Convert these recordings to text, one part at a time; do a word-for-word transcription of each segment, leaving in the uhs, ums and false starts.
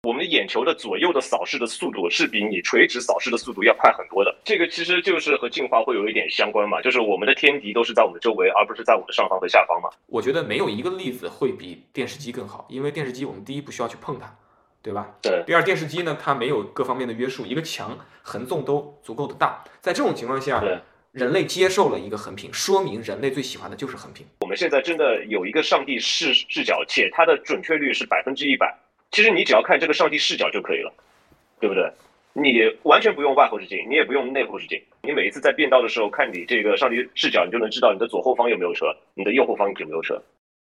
我们的眼球的左右的扫视的速度是比你垂直扫视的速度要快很多的。这个其实就是和进化会有一点相关嘛，就是我们的天敌都是在我们的周围，而不是在我们的上方和下方嘛。 我觉得没有一个例子会比电视机更好，因为电视机我们第一不需要去碰它，对吧？ 对。 第二，电视机呢它没有各方面的约束，一个墙横纵都足够的大，在这种情况下，人类接受了一个横屏，说明人类最喜欢的就是横屏。 我们现在真的有一个上帝视视角，且它的准确率是百分之一百。其实你只要看这个上帝视角就可以了，对不对？你完全不用外后视镜，你也不用内后视镜。你每一次在变道的时候，看你这个上帝视角，你就能知道你的左后方有没有车，你的右后方有没有车。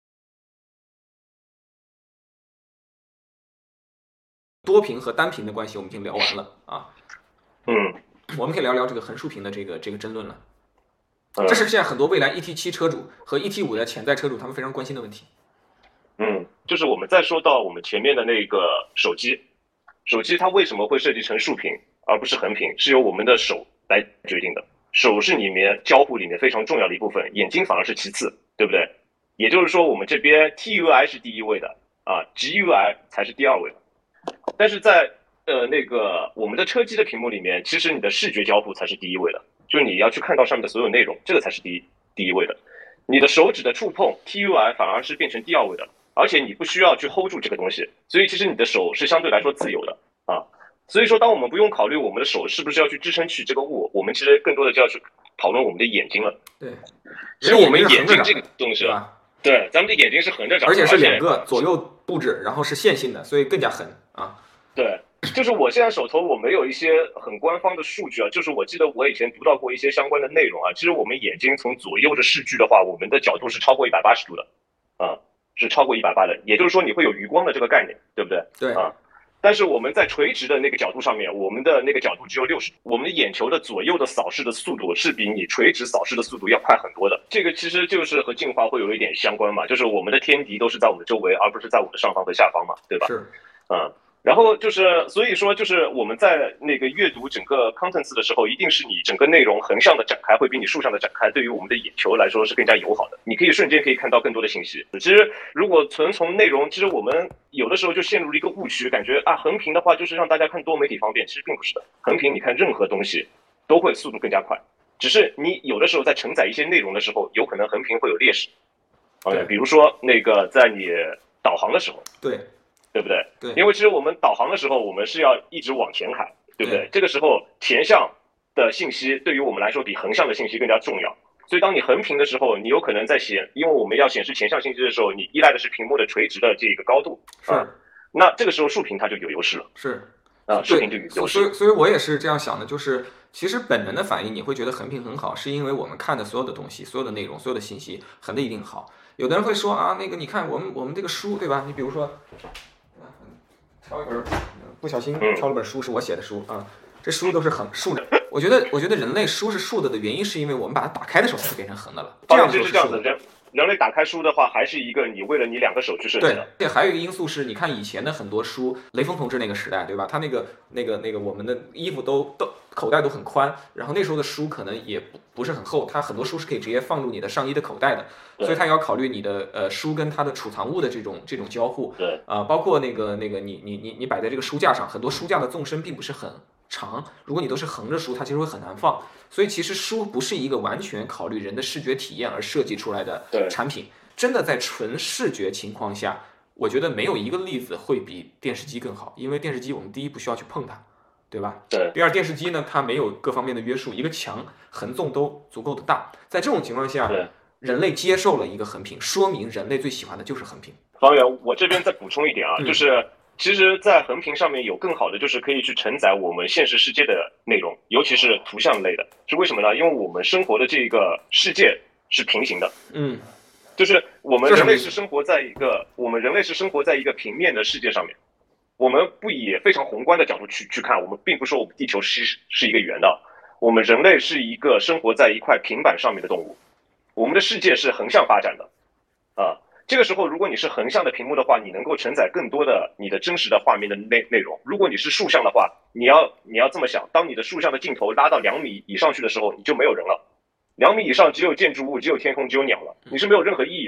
多屏和单屏的关系我们已经聊完了啊， 嗯， 我们可以聊聊这个横竖屏的这个这个争论了。这是现在很多未来 E T 七 车主和 E T 五的潜在车主他们非常关心的问题。 嗯，就是我们再说到我们前面的那个手机，手机它为什么会设计成竖屏而不是横屏，是由我们的手来决定的。手是里面交互里面非常重要的一部分，眼睛反而是其次，对不对？也就是说，我们这边 T U I 是第一位的啊 ，G U I 才是第二位的。但是在呃那个我们的车机的屏幕里面，其实你的视觉交互才是第一位的，就是你要去看到上面的所有内容，这个才是第一第一位的。你的手指的触碰 T U I 反而是变成第二位的。而且你不需要去 hold 住这个东西，所以其实你的手是相对来说自由的啊。所以说，当我们不用考虑我们的手是不是要去支撑起这个物，我们其实更多的就要去讨论我们的眼睛了。 对， 其实我们眼睛这个东西，对，咱们的眼睛是横着长， 而且是两个左右布置，然后是线性的，所以更加横啊。 对，就是我现在手头我没有一些很官方的数据啊，就是我记得我以前读到过一些相关的内容啊。其实我们眼睛从左右的视距的话，我们的角度是超过一百八十度的啊。是超过一百八的，也就是说你会有余光的这个概念，对不对？ 对啊。但是我们在垂直的那个角度上面，我们的那个角度只有六十度，我们的眼球的左右的扫视的速度是比你垂直扫视的速度要快很多的。这个其实就是和进化会有一点相关嘛，就是我们的天敌都是在我们的周围，而不是在我们的上方和下方嘛，对吧？ 是， 嗯。然后就是，所以说就是我们在那个阅读整个 contents 的时候，一定是你整个内容横向的展开会比你竖向的展开，对于我们的眼球来说是更加友好的。你可以瞬间可以看到更多的信息。其实如果纯从内容，其实我们有的时候就陷入了一个误区，感觉啊横屏的话就是让大家看多媒体方便，其实并不是的。横屏你看任何东西都会速度更加快，只是你有的时候在承载一些内容的时候，有可能横屏会有劣势。嗯，比如说那个在你导航的时候， 对。 对不对？ 对， 因为其实我们导航的时候，我们是要一直往前开，对不对？对，这个时候前向的信息对于我们来说比横向的信息更加重要。所以当你横屏的时候，你有可能在显，因为我们要显示前向信息的时候，你依赖的是屏幕的垂直的这个高度。 是。 啊，那这个时候竖屏它就有优势了。 是。 啊，竖屏就有优势。 所以，所以我也是这样想的，就是其实本能的反应，你会觉得横屏很好，是因为我们看的所有的东西、所有的内容、所有的信息，横的一定好。有的人会说啊，那个你看我们我们这个书，对吧？你比如说。挑一本，不小心挑了本书，是我写的书啊。这书都是横竖的。我觉得，我觉得人类书是竖的的原因，是因为我们把它打开的时候，它就变成横的了。这样就是这样子。人人类打开书的话，还是一个你为了你两个手去设计的。 对，还有一个因素是，你看以前的很多书，雷锋同志那个时代，对吧？他那个那个那个我们的衣服都都口袋都很宽，然后那时候的书可能也不不是很厚，它很多书是可以直接放入你的上衣的口袋的，所以它要考虑你的呃书跟它的储藏物的这种这种交互。 对。 啊、呃，包括那个那个你你你你摆在这个书架上，很多书架的纵深并不是很长，如果你都是横着书，它其实会很难放。所以其实书不是一个完全考虑人的视觉体验而设计出来的产品。真的在纯视觉情况下，我觉得没有一个例子会比电视机更好，因为电视机我们第一不需要去碰它，对吧？ 对。 第二，电视机呢，它没有各方面的约束，一个墙横纵都足够的大，在这种情况下，人类接受了一个横屏，说明人类最喜欢的就是横屏。 方圆，我这边再补充一点啊， 嗯、 就是其实，在横屏上面有更好的，就是可以去承载我们现实世界的内容，尤其是图像类的。是为什么呢？因为我们生活的这个世界是平行的。 嗯。 就是我们人类是生活在一个，我们人类是生活在一个平面的世界上面，我们不以非常宏观的角度去去看，我们并不说我们地球是是一个圆的，我们人类是一个生活在一块平板上面的动物，我们的世界是横向发展的，啊，这个时候如果你是横向的屏幕的话，你能够承载更多的你的真实的画面的内内容；如果你是竖向的话，你要你要这么想，当你的竖向的镜头拉到两米以上去的时候，你就没有人了。两米以上只有建筑物，只有天空，只有鸟了，你是没有任何意义的。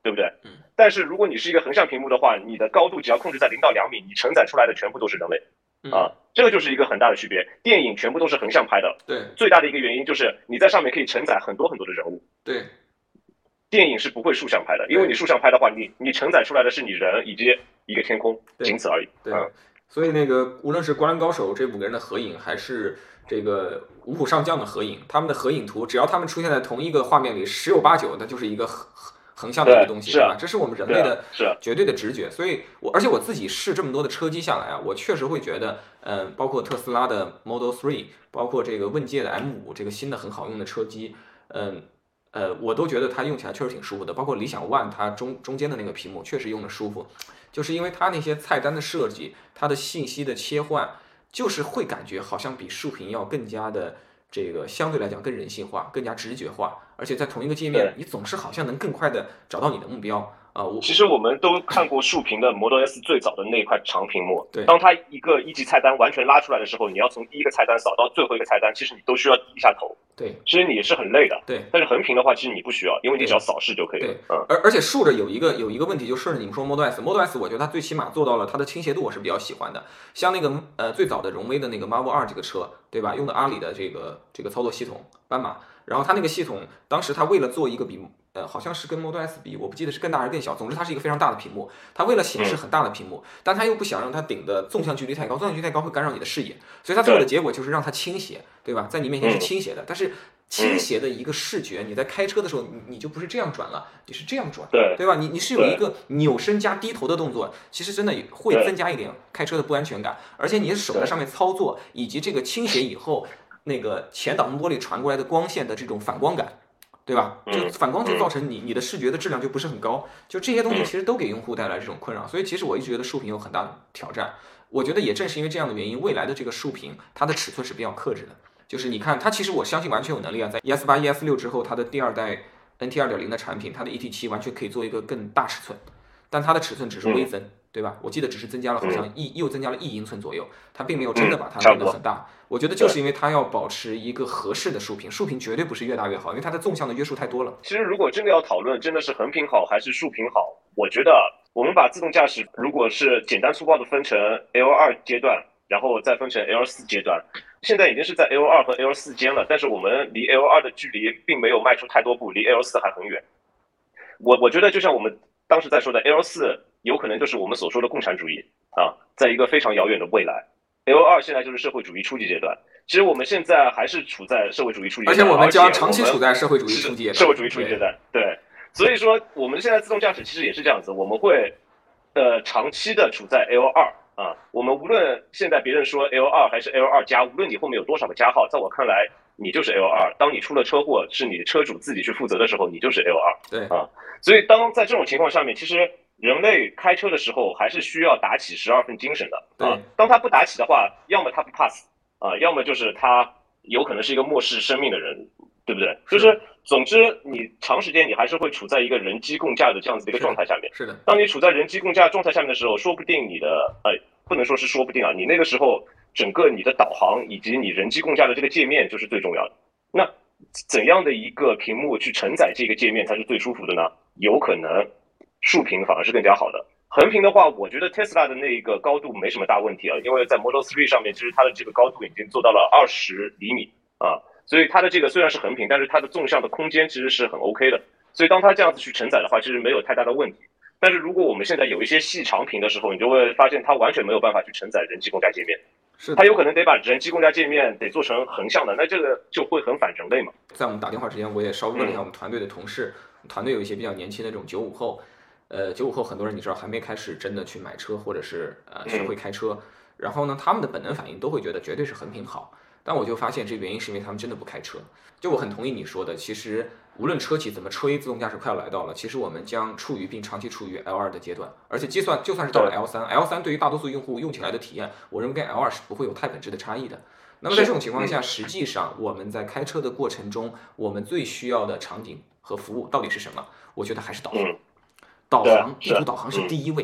对不对？ 嗯。 但是如果你是一个横向屏幕的话，你的高度只要控制在零到两米，你承载出来的全部都是人类。啊，这个就是一个很大的区别。电影全部都是横向拍的， 对， 最大的一个原因就是你在上面可以承载很多很多的人物。 对， 电影是不会竖向拍的，因为你竖向拍的话，你你承载出来的是你人以及一个天空，仅此而已。 对， 嗯， 所以那个无论是《灌篮高手》这五个人的合影，还是这个五虎上将的合影，他们的合影图，只要他们出现在同一个画面里，十有八九那就是一个横横向的一个东西，对吧？这是我们人类的绝对的直觉。所以我而且我自己试这么多的车机下来啊，我确实会觉得，嗯，包括特斯拉的 Model 三，包括这个问界的 M 五这个新的很好用的车机，嗯。呃，我都觉得它用起来确实挺舒服的，包括理想 ONE 它中中间的那个屏幕确实用的舒服，就是因为它那些菜单的设计，它的信息的切换，就是会感觉好像比竖屏要更加的这个相对来讲更人性化、更加直觉化，而且在同一个界面，你总是好像能更快的找到你的目标。啊，我其实我们都看过竖屏的 Model S 最早的那块长屏幕， 对， 当它一个一级菜单完全拉出来的时候，你要从第一个菜单扫到最后一个菜单，其实你都需要低一下头， 对， 其实你也是很累的， 对。 但是横屏的话，其实你不需要，因为你只要扫视就可以了。 对，嗯，而而且竖着有一个有一个问题，就顺着你们说 Model S，Model S 我觉得它最起码做到了它的倾斜度，我是比较喜欢的。像那个呃最早的荣威的那个 Marvel 二这个车，对吧？用的阿里的这个这个操作系统斑马，然后它那个系统当时它为了做一个比呃，好像是跟 Model S 比，我不记得是更大还是更小。总之，它是一个非常大的屏幕。它为了显示很大的屏幕，但它又不想让它顶的纵向距离太高，纵向距离太高会干扰你的视野。所以它最后的结果就是让它倾斜，对吧？在你面前是倾斜的，但是倾斜的一个视觉，你在开车的时候，你你就不是这样转了，你是这样转， 对对吧？你你是有一个扭身加低头的动作，其实真的会增加一点开车的不安全感。而且你的手在上面操作，以及这个倾斜以后，那个前挡风玻璃传过来的光线的这种反光感。对吧？就反光就造成你你的视觉的质量就不是很高，就这些东西其实都给用户带来这种困扰，所以其实我一直觉得竖屏有很大的挑战。我觉得也正是因为这样的原因，未来的这个竖屏它的尺寸是比较克制的。就是你看它其实我相信完全有能力啊，在 E S 八 E S 六之后，它的第二代 N T 二点零 的产品，它的 E T 七完全可以做一个更大尺寸，但它的尺寸只是微增。对吧？我记得只是增加了好像一又增加了一英寸左右，它并没有真的把它变得很大。我觉得就是因为它要保持一个合适的竖屏，竖屏绝对不是越大越好，因为它的纵向的约束太多了。 其实如果真的要讨论真的是横屏好还是竖屏好，我觉得我们把自动驾驶如果是简单粗暴的分成 L 二阶段，然后再分成 L 四阶段，现在已经是在 L 二和 L 四间了，但是我们离 L 二的距离并没有迈出太多步，离 L 四还很远。我我觉得就像我们当时在说的 L 四。有可能就是我们所说的共产主义啊，在一个非常遥远的未来。L 二现在就是社会主义初级阶段，其实我们现在还是处在社会主义初级阶段， 而且我们将长期处在社会主义初级阶段。 社会主义初级阶段，对。所以说，我们现在自动驾驶其实也是这样子，我们会呃长期的处在 L 二啊。我们无论现在别人说 L 二还是 L 二加，无论你后面有多少个加号，在我看来，你就是 L 二。当你出了车祸，是你车主自己去负责的时候，你就是 L 二。 对啊， 所以当在这种情况下面，其实。人类开车的时候还是需要打起十二分精神的啊！当他不打起的话，要么他不怕死啊，要么就是他有可能是一个漠视生命的人，对不对？就是总之，你长时间你还是会处在一个人机共驾的这样子的一个状态下面。 是的。 当你处在人机共驾状态下面的时候，说不定你的呃，不能说是说不定啊，你那个时候整个你的导航以及你人机共驾的这个界面就是最重要的。那怎样的一个屏幕去承载这个界面才是最舒服的呢？有可能。竖屏反而是更加好的，横屏的话，我觉得 Tesla 的那个高度没什么大问题啊，因为在 Model 三上面，其实它的这个高度已经做到了二十厘米啊，所以它的这个虽然是横屏，但是它的纵向的空间其实是很 OK 的，所以当它这样子去承载的话，其实没有太大的问题。但是如果我们现在有一些细长屏的时候，你就会发现它完全没有办法去承载人机共驾界面， 是它有可能得把人机共驾界面得做成横向的，那这个就会很反人类嘛。 在我们打电话之前，我也稍微问了一下我们团队的同事，嗯、团队有一些比较年轻的这种九五后。呃，九五后很多人你知道还没开始真的去买车，或者是呃学会开车，然后呢，他们的本能反应都会觉得绝对是横屏好。但我就发现这原因是因为他们真的不开车。就我很同意你说的，其实无论车企怎么吹，自动驾驶快要来到了，其实我们将处于并长期处于 L 二的阶段，而且计算就算是到了 L 三 ，L 三对于大多数用户用起来的体验，我认为跟 L 二是不会有太本质的差异的。那么在这种情况下，实际上我们在开车的过程中，我们最需要的场景和服务到底是什么？我觉得还是导航。导航，地图导航是第一位，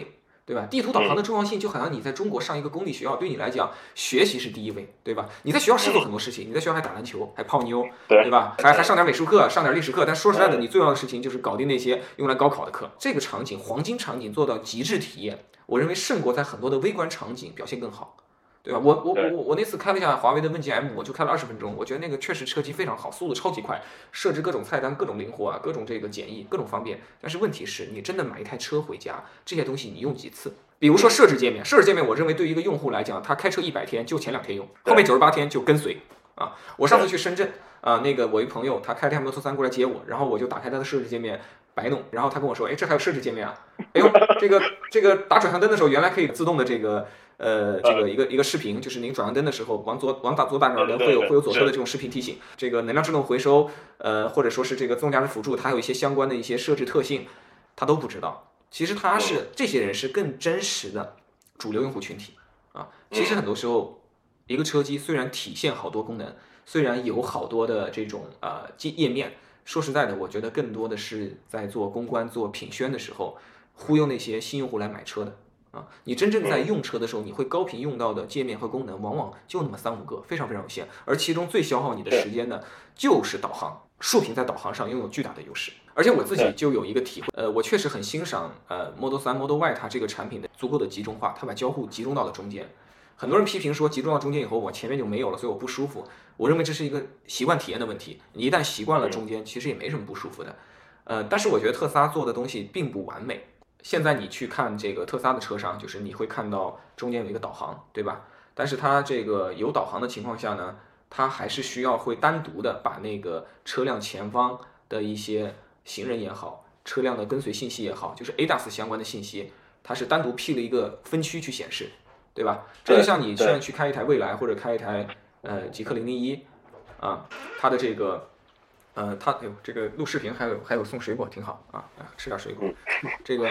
对吧？地图导航的重要性就好像你在中国上一个公立学校，对你来讲学习是第一位，对吧？你在学校是做很多事情，你在学校还打篮球，还泡妞，对吧？还还上点美术课，上点历史课。但说实在的，你最重要的事情就是搞定那些用来高考的课。这个场景黄金场景做到极致体验，我认为胜过在很多的微观场景表现更好。对吧？我我我我我那次开了一下华为的问界 M， 我就开了二十分钟，我觉得那个确实车机非常好，速度超级快，设置各种菜单各种灵活啊，各种这个简易，各种方便。但是问题是你真的买一台车回家，这些东西你用几次？比如说设置界面，设置界面，我认为对于一个用户来讲，他开车一百天就前两天用，后面九十八天就跟随啊。我上次去深圳啊，那个我一朋友他开辆摩托三过来接我，然后我就打开他的设置界面白弄，然后他跟我说，哎，这还有设置界面啊？哎呦，这个这个打转向灯的时候原来可以自动的这个。呃，这个一个一个视频，就是您转向灯的时候，往左往打左打转灯会有会有左侧的这种视频提醒。这个能量自动回收，呃，或者说是这个自动驾驶辅助，它有一些相关的一些设置特性，他都不知道。其实他是这些人是更真实的主流用户群体啊。其实很多时候，一个车机虽然体现好多功能，虽然有好多的这种呃页面，说实在的，我觉得更多的是在做公关、做品宣的时候，忽悠那些新用户来买车的。啊，你真正在用车的时候，你会高频用到的界面和功能，往往就那么三五个，非常非常有限。而其中最消耗你的时间呢，就是导航。竖屏在导航上拥有巨大的优势。而且我自己就有一个体会，呃，我确实很欣赏呃 Model 三 Model Y 它这个产品的足够的集中化，它把交互集中到了中间。很多人批评说集中到中间以后，我前面就没有了，所以我不舒服。我认为这是一个习惯体验的问题。你一旦习惯了中间，其实也没什么不舒服的。呃，但是我觉得特斯拉做的东西并不完美。现在你去看这个特斯拉的车上，就是你会看到中间有一个导航，对吧？但是它这个有导航的情况下呢，它还是需要会单独的把那个车辆前方的一些行人也好，车辆的跟随信息也好，就是 A D A S 相关的信息，它是单独辟了一个分区去显示，对吧？这就像你现在去开一台蔚来或者开一台呃极氪零零一啊，它的这个。呃，它哎呦，这个录视频还有还有送水果，挺好啊，吃点水果。这个，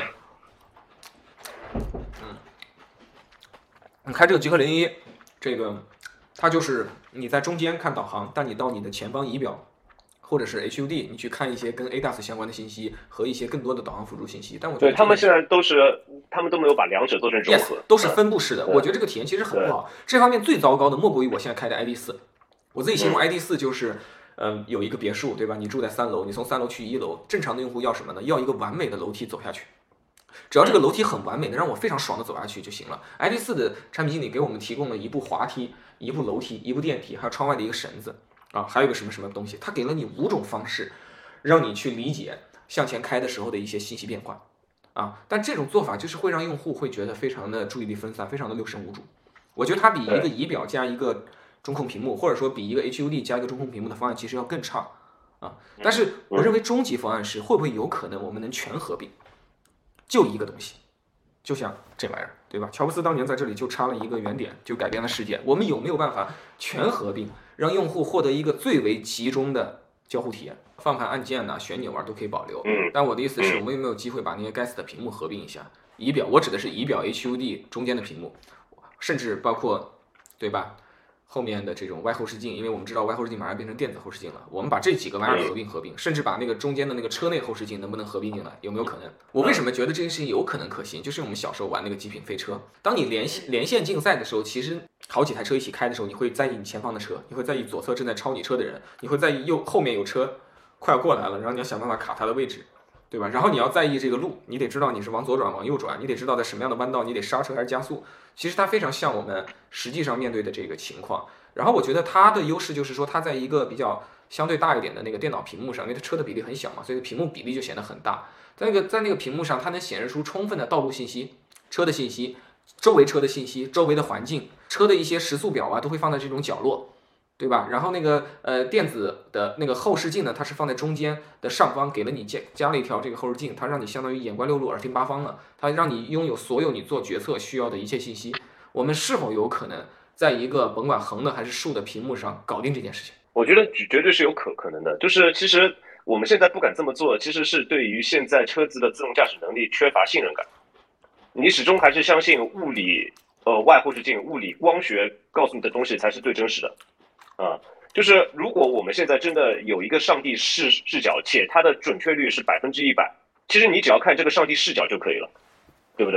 嗯，你开这个极氪零一，这个它就是你在中间看导航，但你到你的前方仪表或者是 H U D， 你去看一些跟 A D A S 相关的信息和一些更多的导航辅助信息。但我觉得对他们现在都是，他们都没有把两者做成融合， yes, 都是分布式的。我觉得这个体验其实很不好。这方面最糟糕的莫过于我现在开的 I D 四，我自己形容 I D 四就是。嗯，有一个别墅，对吧？你住在三楼，你从三楼去一楼，正常的用户要什么呢？要一个完美的楼梯走下去。只要这个楼梯很完美的，让我非常爽的走下去就行了。I D 四的产品经理给我们提供了一部滑梯、一部楼梯、一部电梯，还有窗外的一个绳子啊，还有一个什么什么东西。他给了你五种方式，让你去理解向前开的时候的一些信息变化啊。但这种做法就是会让用户会觉得非常的注意力分散，非常的六神无主。我觉得它比一个仪表加一个中控屏幕，或者说比一个 H U D 加一个中控屏幕的方案其实要更差啊。但是我认为终极方案是会不会有可能我们能全合并，就一个东西，就像这玩意儿，对吧？乔布斯当年在这里就插了一个圆点，就改变了世界。我们有没有办法全合并，让用户获得一个最为集中的交互体验？放盘按键呐、旋钮啊都可以保留。但我的意思是我们有没有机会把那些该死的屏幕合并一下？仪表，我指的是仪表 H U D 中间的屏幕，甚至包括，对吧？后面的这种外后视镜，因为我们知道外后视镜马上变成电子后视镜了，我们把这几个玩意儿合并合并，甚至把那个中间的那个车内后视镜能不能合并进来，有没有可能？我为什么觉得这件事情有可能可行？就是我们小时候玩那个极品飞车，当你连连线竞赛的时候，其实好几台车一起开的时候，你会在意你前方的车，你会在意左侧正在超你车的人，你会在意右后面有车快要过来了，然后你要想办法卡它的位置。对吧？然后你要在意这个路，你得知道你是往左转、往右转，你得知道在什么样的弯道，你得刹车还是加速。其实它非常像我们实际上面对的这个情况。然后我觉得它的优势就是说，它在一个比较相对大一点的那个电脑屏幕上，因为它车的比例很小嘛，所以屏幕比例就显得很大。在那个在那个屏幕上，它能显示出充分的道路信息、车的信息、周围车的信息、周围的环境、车的一些时速表啊，都会放在这种角落。对吧？然后那个呃电子的那个后视镜呢，它是放在中间的上方，给了你加加了一条这个后视镜，它让你相当于眼观六路，耳听八方了，它让你拥有所有你做决策需要的一切信息。我们是否有可能在一个甭管横的还是竖的屏幕上搞定这件事情？ 我觉得绝对是有可可能的。就是其实我们现在不敢这么做，其实是对于现在车子的自动驾驶能力缺乏信任感。你始终还是相信物理呃外后视镜、物理光学告诉你的东西才是最真实的。啊，就是如果我们现在真的有一个上帝视视角，且它的准确率是百分之一百，其实你只要看这个上帝视角就可以了，对不对？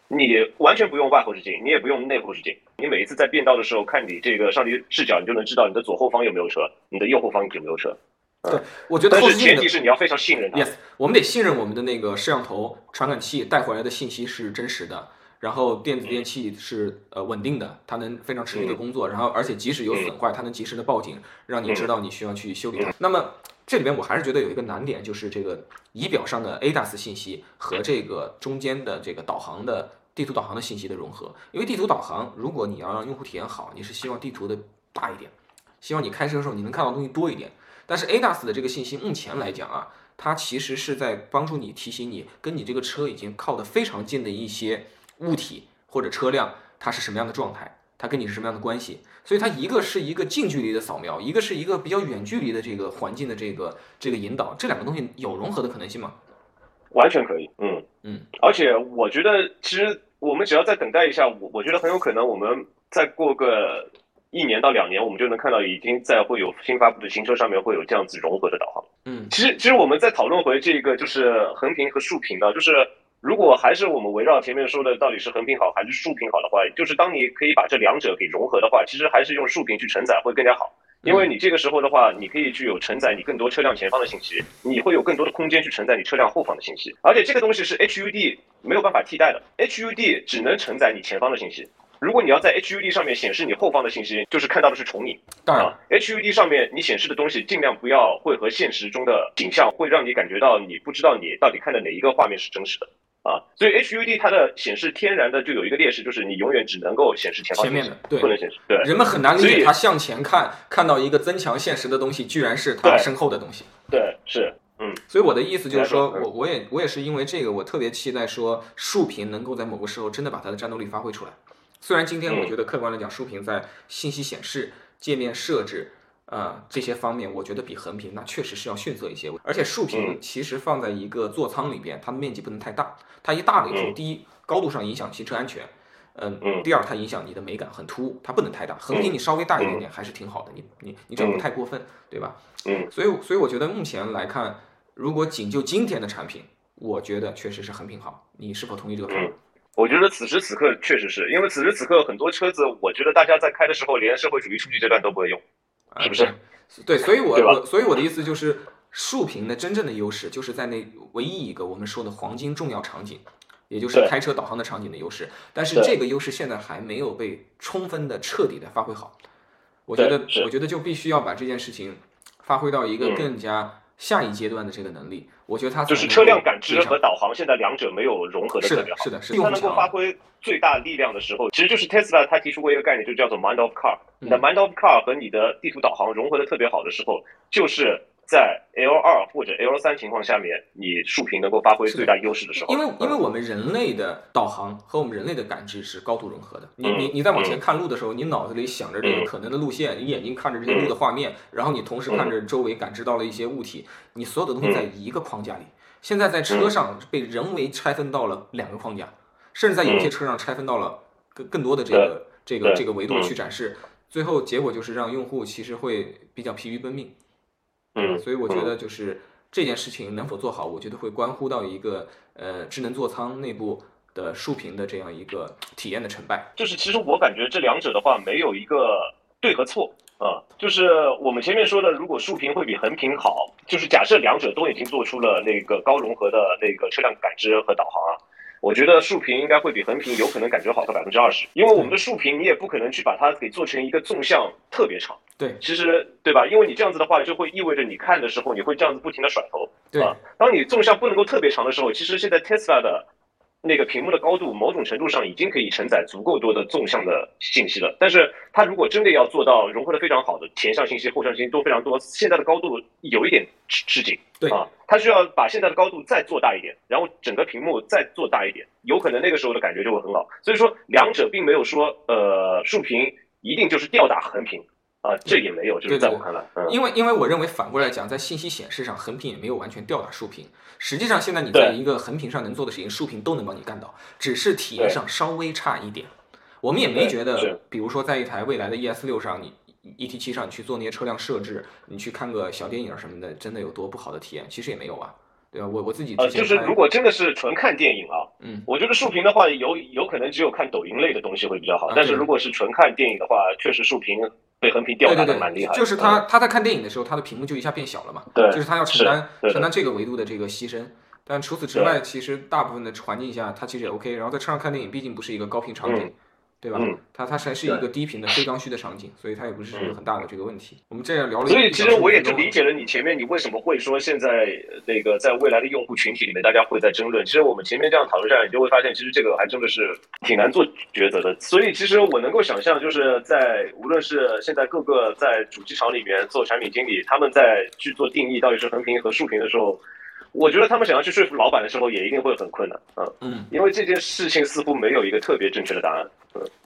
你完全不用外后视镜，你也不用内后视镜，你每一次在变道的时候看你这个上帝视角，你就能知道你的左后方有没有车，你的右后方有没有车。 对，我觉得后视镜的但是前提是你要非常信任它。 Yes， 我们得信任我们的那个摄像头传感器带回来的信息是真实的，然后电子电器是呃稳定的，它能非常持续的工作，然后而且即使有损坏，它能及时的报警，让你知道你需要去修理它。那么这里边我还是觉得有一个难点，就是这个仪表上的 A D A S 信息和这个中间的这个导航的地图导航的信息的融合。因为地图导航，如果你要让用户体验好，你是希望地图的大一点，希望你开车的时候你能看到东西多一点。但是 A D A S 的这个信息目前来讲啊，它其实是在帮助你提醒你，跟你这个车已经靠得非常近的一些物体或者车辆，它是什么样的状态，它跟你是什么样的关系。所以它一个是一个近距离的扫描，一个是一个比较远距离的这个环境的这个这个引导，这两个东西有融合的可能性吗？ 完全可以，嗯嗯。而且我觉得，其实我们只要再等待一下，我我觉得很有可能我们再过个一年到两年，我们就能看到已经在会有新发布的新车上面会有这样子融合的导航。 嗯， 其实其实我们在讨论回这个就是横屏和竖屏呢，就是如果还是我们围绕前面说的到底是横屏好还是竖屏好的话，就是当你可以把这两者给融合的话，其实还是用竖屏去承载会更加好。因为你这个时候的话，你可以具有承载你更多车辆前方的信息，你会有更多的空间去承载你车辆后方的信息，而且这个东西是 H U D 没有办法替代的 ，H U D 只能承载你前方的信息。如果你要在 H U D 上面显示你后方的信息，就是看到的是重影。 当然、 啊、H U D 上面你显示的东西尽量不要会和现实中的景象会让你感觉到你不知道你到底看的哪一个画面是真实的。啊，所以 H U D 它的显示天然的就有一个劣势，就是你永远只能够显示前方前面的，对， 不能显示。对， 人们很难理解他向前看看到一个增强现实的东西，居然是他身后的东西。 对，对是，嗯。 所以我的意思就是说，我我也我也是因为这个，我特别期待说竖屏能够在某个时候真的把它的战斗力发挥出来。虽然今天我觉得客观来讲，竖屏在信息显示、界面设置。呃，这些方面我觉得比横屏那确实是要逊色一些，而且竖屏其实放在一个座舱里边，它的面积不能太大，它一大了以后，第一高度上影响行车安全，嗯，第二它影响你的美感很突兀，它不能太大，横屏你稍微大一点点还是挺好的，你你你只要不太过分，对吧？ 嗯， 所以所以我觉得目前来看，如果仅就今天的产品，我觉得确实是横屏好，你是否同意这个看法？ 我觉得此时此刻确实是因为此时此刻很多车子，我觉得大家在开的时候连社会主义数据这段都不会用。是不是？ 对，所以我我所以我的意思就是，竖屏的真正的优势就是在那唯一一个我们说的黄金重要场景，也就是开车导航的场景的优势。但是这个优势现在还没有被充分的、彻底的发挥好。我觉得，我觉得就必须要把这件事情发挥到一个更加下一阶段的这个能力。我觉得它就是车辆感知和导航现在两者没有融合的特别好。 是的，是的， 它能够发挥最大力量的时候，其实就是 Tesla 它提出过一个概念，就叫做 Mind of Car。你的 Mind of Car 和你的地图导航融合的特别好的时候，就是在 L 二或者 L 三情况下面，你竖屏能够发挥最大优势的时候。 因为因为我们人类的导航和我们人类的感知是高度融合的。你你你在往前看路的时候，你脑子里想着这个可能的路线，你眼睛看着这些路的画面，然后你同时看着周围感知到了一些物体，你所有的东西在一个框架里。现在在车上被人为拆分到了两个框架，甚至在有些车上拆分到了更更多的这个这个这个维度去展示，最后结果就是让用户其实会比较疲于奔命，对吧？所以我觉得就是这件事情能否做好，我觉得会关乎到一个呃智能座舱内部的竖屏的这样一个体验的成败。 就是其实我感觉这两者的话没有一个对和错。啊、嗯，就是我们前面说的，如果竖屏会比横屏好，就是假设两者都已经做出了那个高融合的那个车辆感知和导航啊，我觉得竖屏应该会比横屏有可能感觉好个百分之二十，因为我们的竖屏你也不可能去把它给做成一个纵向特别长， 对， 其实对吧？因为你这样子的话，就会意味着你看的时候你会这样子不停的甩头， 对啊，当你纵向不能够特别长的时候，其实现在 Tesla 的那个屏幕的高度某种程度上已经可以承载足够多的纵向的信息了，但是它如果真的要做到融合的非常好的前向信息、后向信息都非常多，现在的高度有一点吃紧， 对啊，它需要把现在的高度再做大一点，然后整个屏幕再做大一点，有可能那个时候的感觉就会很好。所以说两者并没有说呃竖屏一定就是吊打横屏。啊，这也没有，就是在我看来， 嗯、因为因为我认为反过来讲，在信息显示上，横屏也没有完全吊打竖屏。实际上，现在你在一个横屏上能做的事情，竖屏都能帮你干到，只是体验上稍微差一点。我们也没觉得，比如说在一台未来的 E S 六上，你 E T 七上你去做那些车辆设置，你去看个小电影什么的，真的有多不好的体验？其实也没有啊，对吧？我我自己呃，就是如果真的是纯看电影啊， 嗯， 我觉得竖屏的话有有可能只有看抖音类的东西会比较好， 啊、 但是如果是纯看电影的话，确实竖屏被横屏吊打的蛮厉害的。 就是他、嗯、他在看电影的时候，他的屏幕就一下变小了嘛， 对， 就是他要承担承担这个维度的这个牺牲。但除此之外，其实大部分的环境下，它其实也 OK。然后在车上看电影，毕竟不是一个高频场景。 嗯对吧？ 嗯， 它它还是一个低频的非刚需的场景，所以它也不是很大的这个问题。嗯、我们这样聊了， 所以其实我也就理解了你前面你为什么会说现在那个在未来的用户群体里面大家会在争论。其实我们前面这样讨论下来，你就会发现，其实这个还真的是挺难做抉择的。所以其实我能够想象，就是在无论是现在各个在主机厂里面做产品经理，他们在去做定义到底是横屏和竖屏的时候。我觉得他们想要去说服老板的时候，也一定会很困难，嗯嗯，因为这件事情似乎没有一个特别正确的答案，嗯。